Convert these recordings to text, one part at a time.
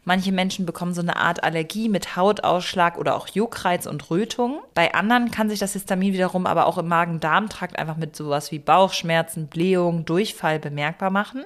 Manche Menschen bekommen so eine Art Allergie mit Hautausschlag oder auch Juckreiz und Rötung. Bei anderen kann sich das Histamin wiederum aber auch im Magen-Darm-Trakt einfach mit sowas wie Bauchschmerzen, Blähung, Durchfall bemerkbar machen.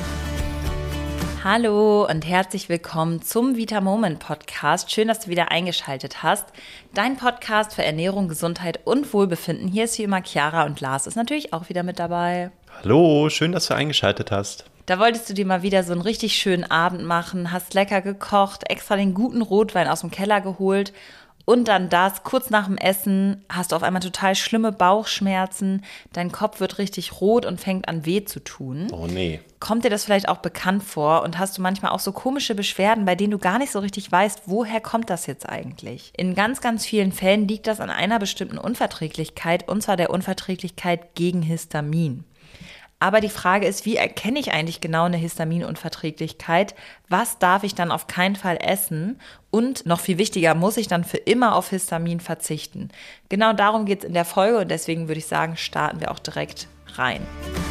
Hallo und herzlich willkommen zum Vita Moment Podcast. Schön, dass du wieder eingeschaltet hast. Dein Podcast für Ernährung, Gesundheit und Wohlbefinden. Hier ist wie immer Chiara und Lars ist natürlich auch wieder mit dabei. Hallo, schön, dass du eingeschaltet hast. Da wolltest du dir mal wieder so einen richtig schönen Abend machen, hast lecker gekocht, extra den guten Rotwein aus dem Keller geholt und dann kurz nach dem Essen hast du auf einmal total schlimme Bauchschmerzen, dein Kopf wird richtig rot und fängt an weh zu tun. Oh nee. Kommt dir das vielleicht auch bekannt vor und hast du manchmal auch so komische Beschwerden, bei denen du gar nicht so richtig weißt, woher kommt das jetzt eigentlich? In ganz, ganz vielen Fällen liegt das an einer bestimmten Unverträglichkeit, und zwar der Unverträglichkeit gegen Histamin. Aber die Frage ist, wie erkenne ich eigentlich genau eine Histaminunverträglichkeit? Was darf ich dann auf keinen Fall essen? Und noch viel wichtiger, muss ich dann für immer auf Histamin verzichten? Genau darum geht es in der Folge und deswegen würde ich sagen, starten wir auch direkt rein.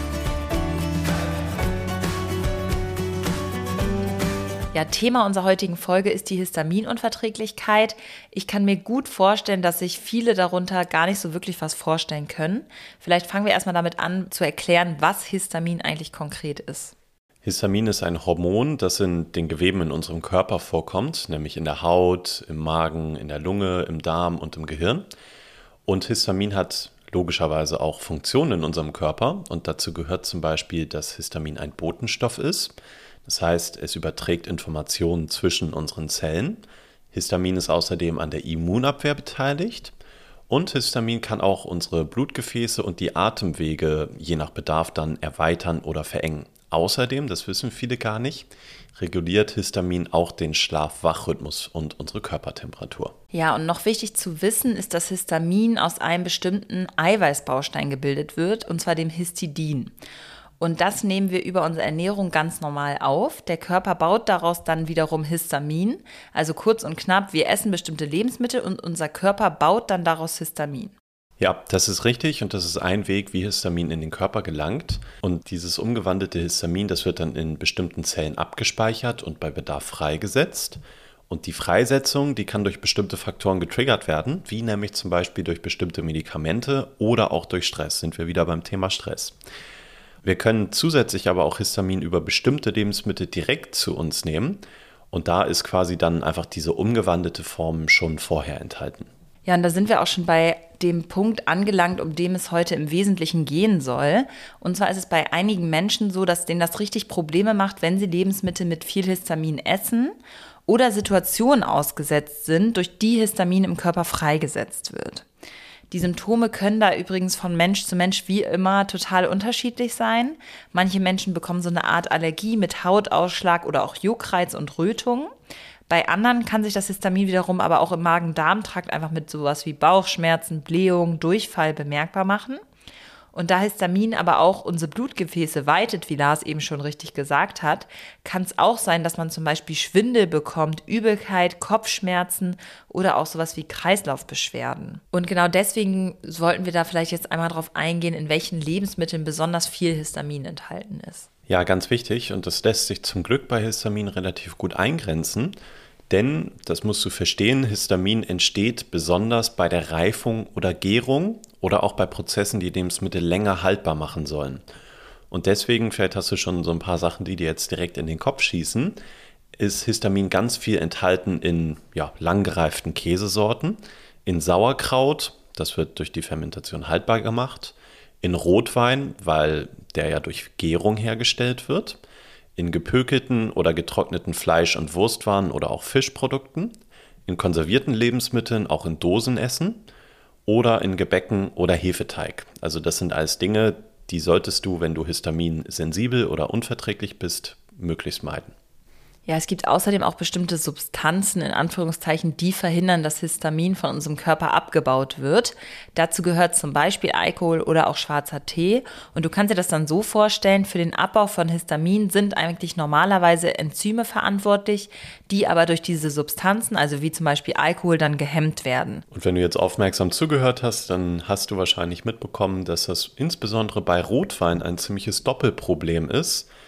Ja, Thema unserer heutigen Folge ist die Histaminunverträglichkeit. Ich kann mir gut vorstellen, dass sich viele darunter gar nicht so wirklich was vorstellen können. Vielleicht fangen wir erstmal damit an, zu erklären, was Histamin eigentlich konkret ist. Histamin ist ein Hormon, das in den Geweben in unserem Körper vorkommt, nämlich in der Haut, im Magen, in der Lunge, im Darm und im Gehirn. Und Histamin hat logischerweise auch Funktionen in unserem Körper und dazu gehört zum Beispiel, dass Histamin ein Botenstoff ist. Das heißt, es überträgt Informationen zwischen unseren Zellen. Histamin ist außerdem an der Immunabwehr beteiligt. Und Histamin kann auch unsere Blutgefäße und die Atemwege je nach Bedarf dann erweitern oder verengen. Außerdem, das wissen viele gar nicht, reguliert Histamin auch den Schlaf-Wach-Rhythmus und unsere Körpertemperatur. Ja, und noch wichtig zu wissen ist, dass Histamin aus einem bestimmten Eiweißbaustein gebildet wird, und zwar dem Histidin. Und das nehmen wir über unsere Ernährung ganz normal auf. Der Körper baut daraus dann wiederum Histamin. Also kurz und knapp, wir essen bestimmte Lebensmittel und unser Körper baut dann daraus Histamin. Ja, das ist richtig und das ist ein Weg, wie Histamin in den Körper gelangt. Und dieses umgewandelte Histamin, das wird dann in bestimmten Zellen abgespeichert und bei Bedarf freigesetzt. Und die Freisetzung, die kann durch bestimmte Faktoren getriggert werden, wie nämlich zum Beispiel durch bestimmte Medikamente oder auch durch Stress. Sind wir wieder beim Thema Stress. Wir können zusätzlich aber auch Histamin über bestimmte Lebensmittel direkt zu uns nehmen und da ist quasi dann einfach diese umgewandelte Form schon vorher enthalten. Ja, und da sind wir auch schon bei dem Punkt angelangt, um den es heute im Wesentlichen gehen soll. Und zwar ist es bei einigen Menschen so, dass denen das richtig Probleme macht, wenn sie Lebensmittel mit viel Histamin essen oder Situationen ausgesetzt sind, durch die Histamin im Körper freigesetzt wird. Die Symptome können da übrigens von Mensch zu Mensch wie immer total unterschiedlich sein. Manche Menschen bekommen so eine Art Allergie mit Hautausschlag oder auch Juckreiz und Rötung. Bei anderen kann sich das Histamin wiederum aber auch im Magen-Darm-Trakt einfach mit sowas wie Bauchschmerzen, Blähung, Durchfall bemerkbar machen. Und da Histamin aber auch unsere Blutgefäße weitet, wie Lars eben schon richtig gesagt hat, kann es auch sein, dass man zum Beispiel Schwindel bekommt, Übelkeit, Kopfschmerzen oder auch sowas wie Kreislaufbeschwerden. Und genau deswegen sollten wir da vielleicht jetzt einmal drauf eingehen, in welchen Lebensmitteln besonders viel Histamin enthalten ist. Ja, ganz wichtig und das lässt sich zum Glück bei Histamin relativ gut eingrenzen. Denn, das musst du verstehen, Histamin entsteht besonders bei der Reifung oder Gärung oder auch bei Prozessen, die Lebensmittel länger haltbar machen sollen. Und deswegen, vielleicht hast du schon so ein paar Sachen, die dir jetzt direkt in den Kopf schießen, ist Histamin ganz viel enthalten in langgereiften Käsesorten, in Sauerkraut, das wird durch die Fermentation haltbar gemacht, in Rotwein, weil der ja durch Gärung hergestellt wird, in gepökelten oder getrockneten Fleisch- und Wurstwaren oder auch Fischprodukten, in konservierten Lebensmitteln, auch in Dosenessen oder in Gebäcken oder Hefeteig. Also das sind alles Dinge, die solltest du, wenn du histaminsensibel oder unverträglich bist, möglichst meiden. Ja, es gibt außerdem auch bestimmte Substanzen, in Anführungszeichen, die verhindern, dass Histamin von unserem Körper abgebaut wird. Dazu gehört zum Beispiel Alkohol oder auch schwarzer Tee. Und du kannst dir das dann so vorstellen, für den Abbau von Histamin sind eigentlich normalerweise Enzyme verantwortlich, die aber durch diese Substanzen, also wie zum Beispiel Alkohol, dann gehemmt werden. Und wenn du jetzt aufmerksam zugehört hast, dann hast du wahrscheinlich mitbekommen, dass das insbesondere bei Rotwein ein ziemliches Doppelproblem ist.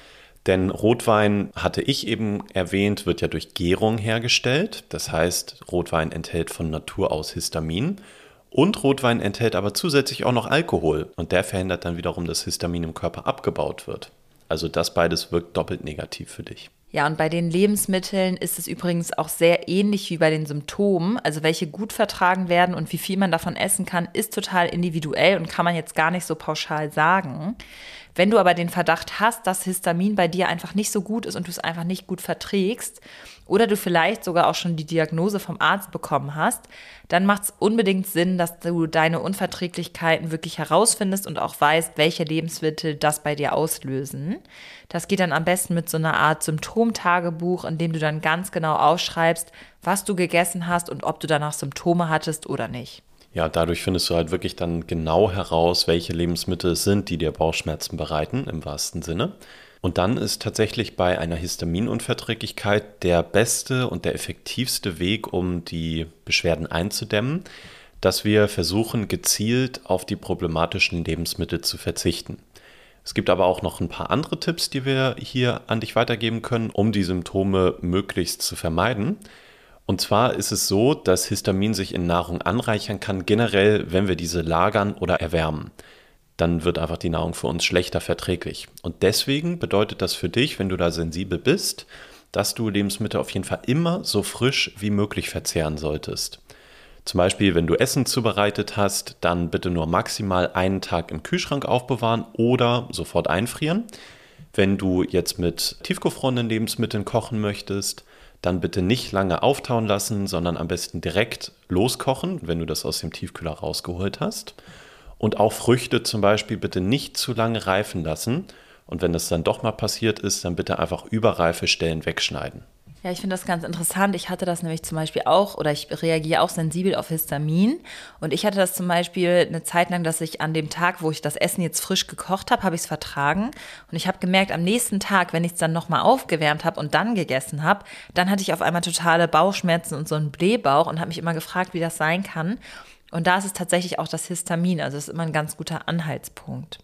Denn Rotwein, hatte ich eben erwähnt, wird ja durch Gärung hergestellt. Das heißt, Rotwein enthält von Natur aus Histamin. Und Rotwein enthält aber zusätzlich auch noch Alkohol. Und der verhindert dann wiederum, dass Histamin im Körper abgebaut wird. Also das beides wirkt doppelt negativ für dich. Ja, und bei den Lebensmitteln ist es übrigens auch sehr ähnlich wie bei den Symptomen. Also welche gut vertragen werden und wie viel man davon essen kann, ist total individuell und kann man jetzt gar nicht so pauschal sagen. Wenn du aber den Verdacht hast, dass Histamin bei dir einfach nicht so gut ist und du es einfach nicht gut verträgst oder du vielleicht sogar auch schon die Diagnose vom Arzt bekommen hast, dann macht es unbedingt Sinn, dass du deine Unverträglichkeiten wirklich herausfindest und auch weißt, welche Lebensmittel das bei dir auslösen. Das geht dann am besten mit so einer Art Symptomtagebuch, in dem du dann ganz genau aufschreibst, was du gegessen hast und ob du danach Symptome hattest oder nicht. Ja, dadurch findest du halt wirklich dann genau heraus, welche Lebensmittel es sind, die dir Bauchschmerzen bereiten, im wahrsten Sinne. Und dann ist tatsächlich bei einer Histaminunverträglichkeit der beste und der effektivste Weg, um die Beschwerden einzudämmen, dass wir versuchen, gezielt auf die problematischen Lebensmittel zu verzichten. Es gibt aber auch noch ein paar andere Tipps, die wir hier an dich weitergeben können, um die Symptome möglichst zu vermeiden. Und zwar ist es so, dass Histamin sich in Nahrung anreichern kann, generell, wenn wir diese lagern oder erwärmen. Dann wird einfach die Nahrung für uns schlechter verträglich. Und deswegen bedeutet das für dich, wenn du da sensibel bist, dass du Lebensmittel auf jeden Fall immer so frisch wie möglich verzehren solltest. Zum Beispiel, wenn du Essen zubereitet hast, dann bitte nur maximal einen Tag im Kühlschrank aufbewahren oder sofort einfrieren. Wenn du jetzt mit tiefgefrorenen Lebensmitteln kochen möchtest, dann bitte nicht lange auftauen lassen, sondern am besten direkt loskochen, wenn du das aus dem Tiefkühler rausgeholt hast. Und auch Früchte zum Beispiel bitte nicht zu lange reifen lassen. Und wenn das dann doch mal passiert ist, dann bitte einfach überreife Stellen wegschneiden. Ja, ich finde das ganz interessant. Ich hatte das nämlich zum Beispiel auch, oder ich reagiere auch sensibel auf Histamin. Und ich hatte das zum Beispiel eine Zeit lang, dass ich an dem Tag, wo ich das Essen jetzt frisch gekocht habe, habe ich es vertragen. Und ich habe gemerkt, am nächsten Tag, wenn ich es dann nochmal aufgewärmt habe und dann gegessen habe, dann hatte ich auf einmal totale Bauchschmerzen und so einen Blähbauch und habe mich immer gefragt, wie das sein kann. Und da ist es tatsächlich auch das Histamin. Also das ist immer ein ganz guter Anhaltspunkt.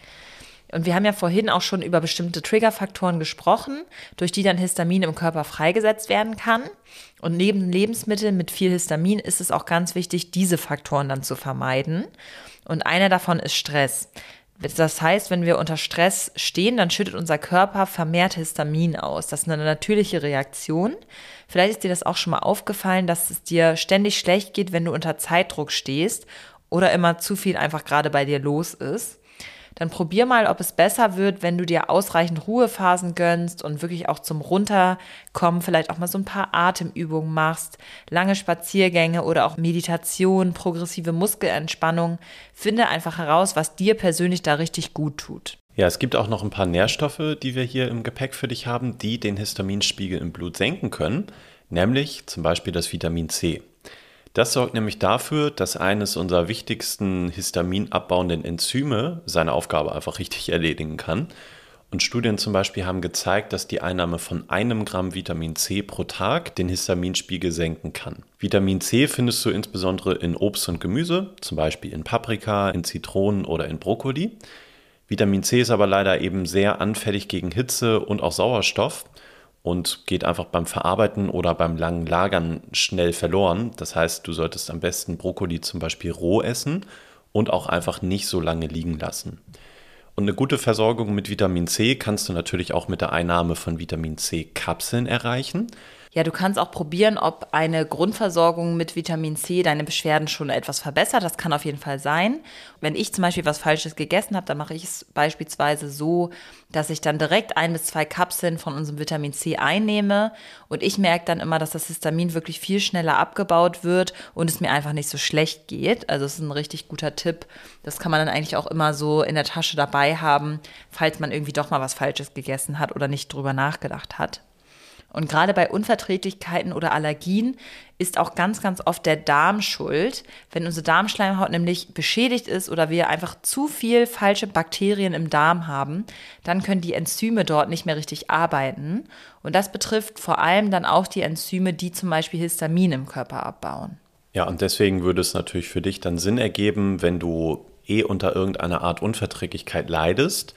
Und wir haben ja vorhin auch schon über bestimmte Triggerfaktoren gesprochen, durch die dann Histamin im Körper freigesetzt werden kann. Und neben Lebensmitteln mit viel Histamin ist es auch ganz wichtig, diese Faktoren dann zu vermeiden. Und einer davon ist Stress. Das heißt, wenn wir unter Stress stehen, dann schüttet unser Körper vermehrt Histamin aus. Das ist eine natürliche Reaktion. Vielleicht ist dir das auch schon mal aufgefallen, dass es dir ständig schlecht geht, wenn du unter Zeitdruck stehst oder immer zu viel einfach gerade bei dir los ist. Dann probier mal, ob es besser wird, wenn du dir ausreichend Ruhephasen gönnst und wirklich auch zum Runterkommen vielleicht auch mal so ein paar Atemübungen machst, lange Spaziergänge oder auch Meditation, progressive Muskelentspannung. Finde einfach heraus, was dir persönlich da richtig gut tut. Ja, es gibt auch noch ein paar Nährstoffe, die wir hier im Gepäck für dich haben, die den Histaminspiegel im Blut senken können, nämlich zum Beispiel das Vitamin C. Das sorgt nämlich dafür, dass eines unserer wichtigsten histaminabbauenden Enzyme seine Aufgabe einfach richtig erledigen kann. Und Studien zum Beispiel haben gezeigt, dass die Einnahme von 1 Gramm Vitamin C pro Tag den Histaminspiegel senken kann. Vitamin C findest du insbesondere in Obst und Gemüse, zum Beispiel in Paprika, in Zitronen oder in Brokkoli. Vitamin C ist aber leider eben sehr anfällig gegen Hitze und auch Sauerstoff und geht einfach beim Verarbeiten oder beim langen Lagern schnell verloren. Das heißt, du solltest am besten Brokkoli zum Beispiel roh essen und auch einfach nicht so lange liegen lassen. Und eine gute Versorgung mit Vitamin C kannst du natürlich auch mit der Einnahme von Vitamin C-Kapseln erreichen. Ja, du kannst auch probieren, ob eine Grundversorgung mit Vitamin C deine Beschwerden schon etwas verbessert. Das kann auf jeden Fall sein. Wenn ich zum Beispiel was Falsches gegessen habe, dann mache ich es beispielsweise so, dass ich dann direkt 1 bis 2 Kapseln von unserem Vitamin C einnehme. Und ich merke dann immer, dass das Histamin wirklich viel schneller abgebaut wird und es mir einfach nicht so schlecht geht. Also es ist ein richtig guter Tipp. Das kann man dann eigentlich auch immer so in der Tasche dabei haben, falls man irgendwie doch mal was Falsches gegessen hat oder nicht drüber nachgedacht hat. Und gerade bei Unverträglichkeiten oder Allergien ist auch ganz, ganz oft der Darm schuld. Wenn unsere Darmschleimhaut nämlich beschädigt ist oder wir einfach zu viel falsche Bakterien im Darm haben, dann können die Enzyme dort nicht mehr richtig arbeiten. Und das betrifft vor allem dann auch die Enzyme, die zum Beispiel Histamin im Körper abbauen. Ja, und deswegen würde es natürlich für dich dann Sinn ergeben, wenn du unter irgendeiner Art Unverträglichkeit leidest,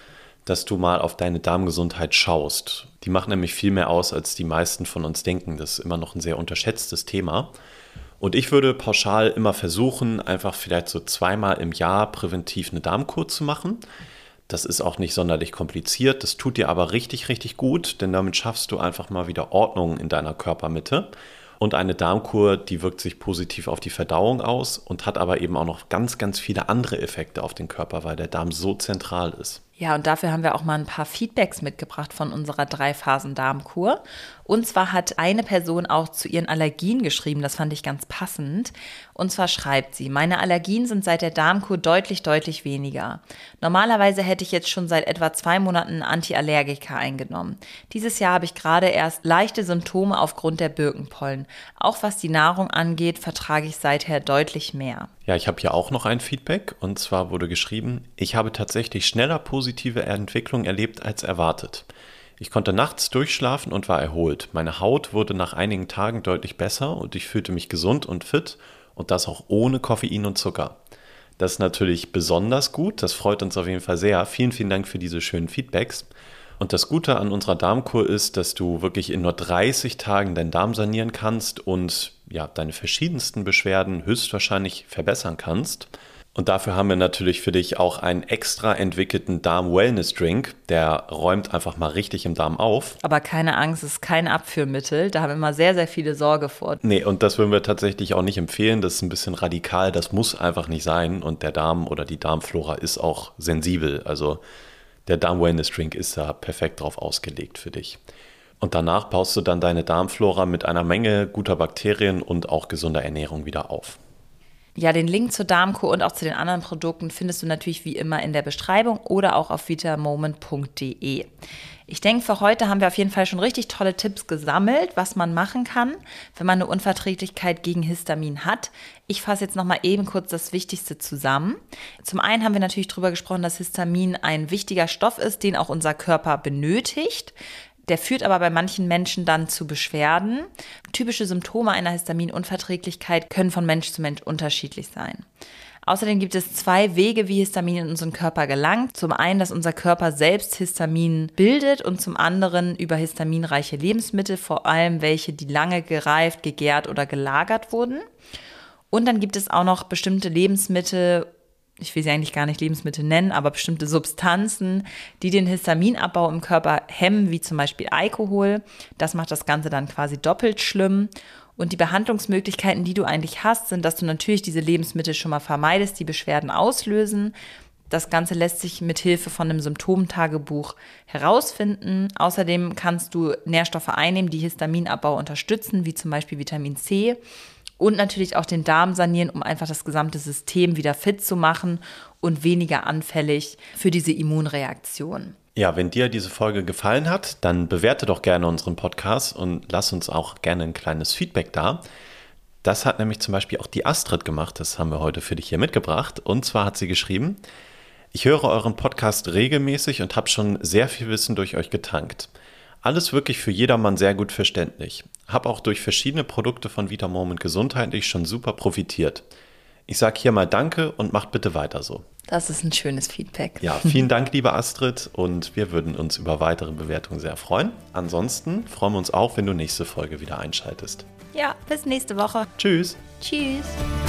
dass du mal auf deine Darmgesundheit schaust. Die macht nämlich viel mehr aus, als die meisten von uns denken. Das ist immer noch ein sehr unterschätztes Thema. Und ich würde pauschal immer versuchen, einfach vielleicht so 2-mal im Jahr präventiv eine Darmkur zu machen. Das ist auch nicht sonderlich kompliziert, das tut dir aber richtig, richtig gut, denn damit schaffst du einfach mal wieder Ordnung in deiner Körpermitte. Und eine Darmkur, die wirkt sich positiv auf die Verdauung aus und hat aber eben auch noch ganz, ganz viele andere Effekte auf den Körper, weil der Darm so zentral ist. Ja, und dafür haben wir auch mal ein paar Feedbacks mitgebracht von unserer 3-Phasen-Darmkur. Und zwar hat eine Person auch zu ihren Allergien geschrieben, das fand ich ganz passend. Und zwar schreibt sie: Meine Allergien sind seit der Darmkur deutlich, deutlich weniger. Normalerweise hätte ich jetzt schon seit etwa 2 Monaten Antiallergika eingenommen. Dieses Jahr habe ich gerade erst leichte Symptome aufgrund der Birkenpollen. Auch was die Nahrung angeht, vertrage ich seither deutlich mehr. Ja, ich habe hier auch noch ein Feedback und zwar wurde geschrieben: Ich habe tatsächlich schneller positive Entwicklung erlebt als erwartet. Ich konnte nachts durchschlafen und war erholt. Meine Haut wurde nach einigen Tagen deutlich besser und ich fühlte mich gesund und fit und das auch ohne Koffein und Zucker. Das ist natürlich besonders gut, das freut uns auf jeden Fall sehr. Vielen, vielen Dank für diese schönen Feedbacks. Und das Gute an unserer Darmkur ist, dass du wirklich in nur 30 Tagen deinen Darm sanieren kannst und ja, deine verschiedensten Beschwerden höchstwahrscheinlich verbessern kannst. Und dafür haben wir natürlich für dich auch einen extra entwickelten Darm-Wellness-Drink. Der räumt einfach mal richtig im Darm auf. Aber keine Angst, es ist kein Abführmittel. Da haben wir immer sehr, sehr viele Sorge vor. Nee, und das würden wir tatsächlich auch nicht empfehlen. Das ist ein bisschen radikal. Das muss einfach nicht sein. Und der Darm oder die Darmflora ist auch sensibel. Also der Darm-Wellness-Drink ist da perfekt drauf ausgelegt für dich. Und danach baust du dann deine Darmflora mit einer Menge guter Bakterien und auch gesunder Ernährung wieder auf. Ja, den Link zur Darmkur und auch zu den anderen Produkten findest du natürlich wie immer in der Beschreibung oder auch auf vitamoment.de. Ich denke, für heute haben wir auf jeden Fall schon richtig tolle Tipps gesammelt, was man machen kann, wenn man eine Unverträglichkeit gegen Histamin hat. Ich fasse jetzt nochmal eben kurz das Wichtigste zusammen. Zum einen haben wir natürlich darüber gesprochen, dass Histamin ein wichtiger Stoff ist, den auch unser Körper benötigt. Der führt aber bei manchen Menschen dann zu Beschwerden. Typische Symptome einer Histaminunverträglichkeit können von Mensch zu Mensch unterschiedlich sein. Außerdem gibt es 2 Wege, wie Histamin in unseren Körper gelangt. Zum einen, dass unser Körper selbst Histamin bildet und zum anderen über histaminreiche Lebensmittel, vor allem welche, die lange gereift, gegärt oder gelagert wurden. Und dann gibt es auch noch bestimmte Lebensmittel, ich will sie eigentlich gar nicht Lebensmittel nennen, aber bestimmte Substanzen, die den Histaminabbau im Körper hemmen, wie zum Beispiel Alkohol. Das macht das Ganze dann quasi doppelt schlimm. Und die Behandlungsmöglichkeiten, die du eigentlich hast, sind, dass du natürlich diese Lebensmittel schon mal vermeidest, die Beschwerden auslösen. Das Ganze lässt sich mit Hilfe von einem Symptomtagebuch herausfinden. Außerdem kannst du Nährstoffe einnehmen, die Histaminabbau unterstützen, wie zum Beispiel Vitamin C. Und natürlich auch den Darm sanieren, um einfach das gesamte System wieder fit zu machen und weniger anfällig für diese Immunreaktion. Ja, wenn dir diese Folge gefallen hat, dann bewerte doch gerne unseren Podcast und lass uns auch gerne ein kleines Feedback da. Das hat nämlich zum Beispiel auch die Astrid gemacht, das haben wir heute für dich hier mitgebracht. Und zwar hat sie geschrieben: Ich höre euren Podcast regelmäßig und habe schon sehr viel Wissen durch euch getankt. Alles wirklich für jedermann sehr gut verständlich. Habe auch durch verschiedene Produkte von Vitamoment gesundheitlich schon super profitiert. Ich sage hier mal Danke und macht bitte weiter so. Das ist ein schönes Feedback. Ja, vielen Dank, liebe Astrid, und wir würden uns über weitere Bewertungen sehr freuen. Ansonsten freuen wir uns auch, wenn du nächste Folge wieder einschaltest. Ja, bis nächste Woche. Tschüss. Tschüss.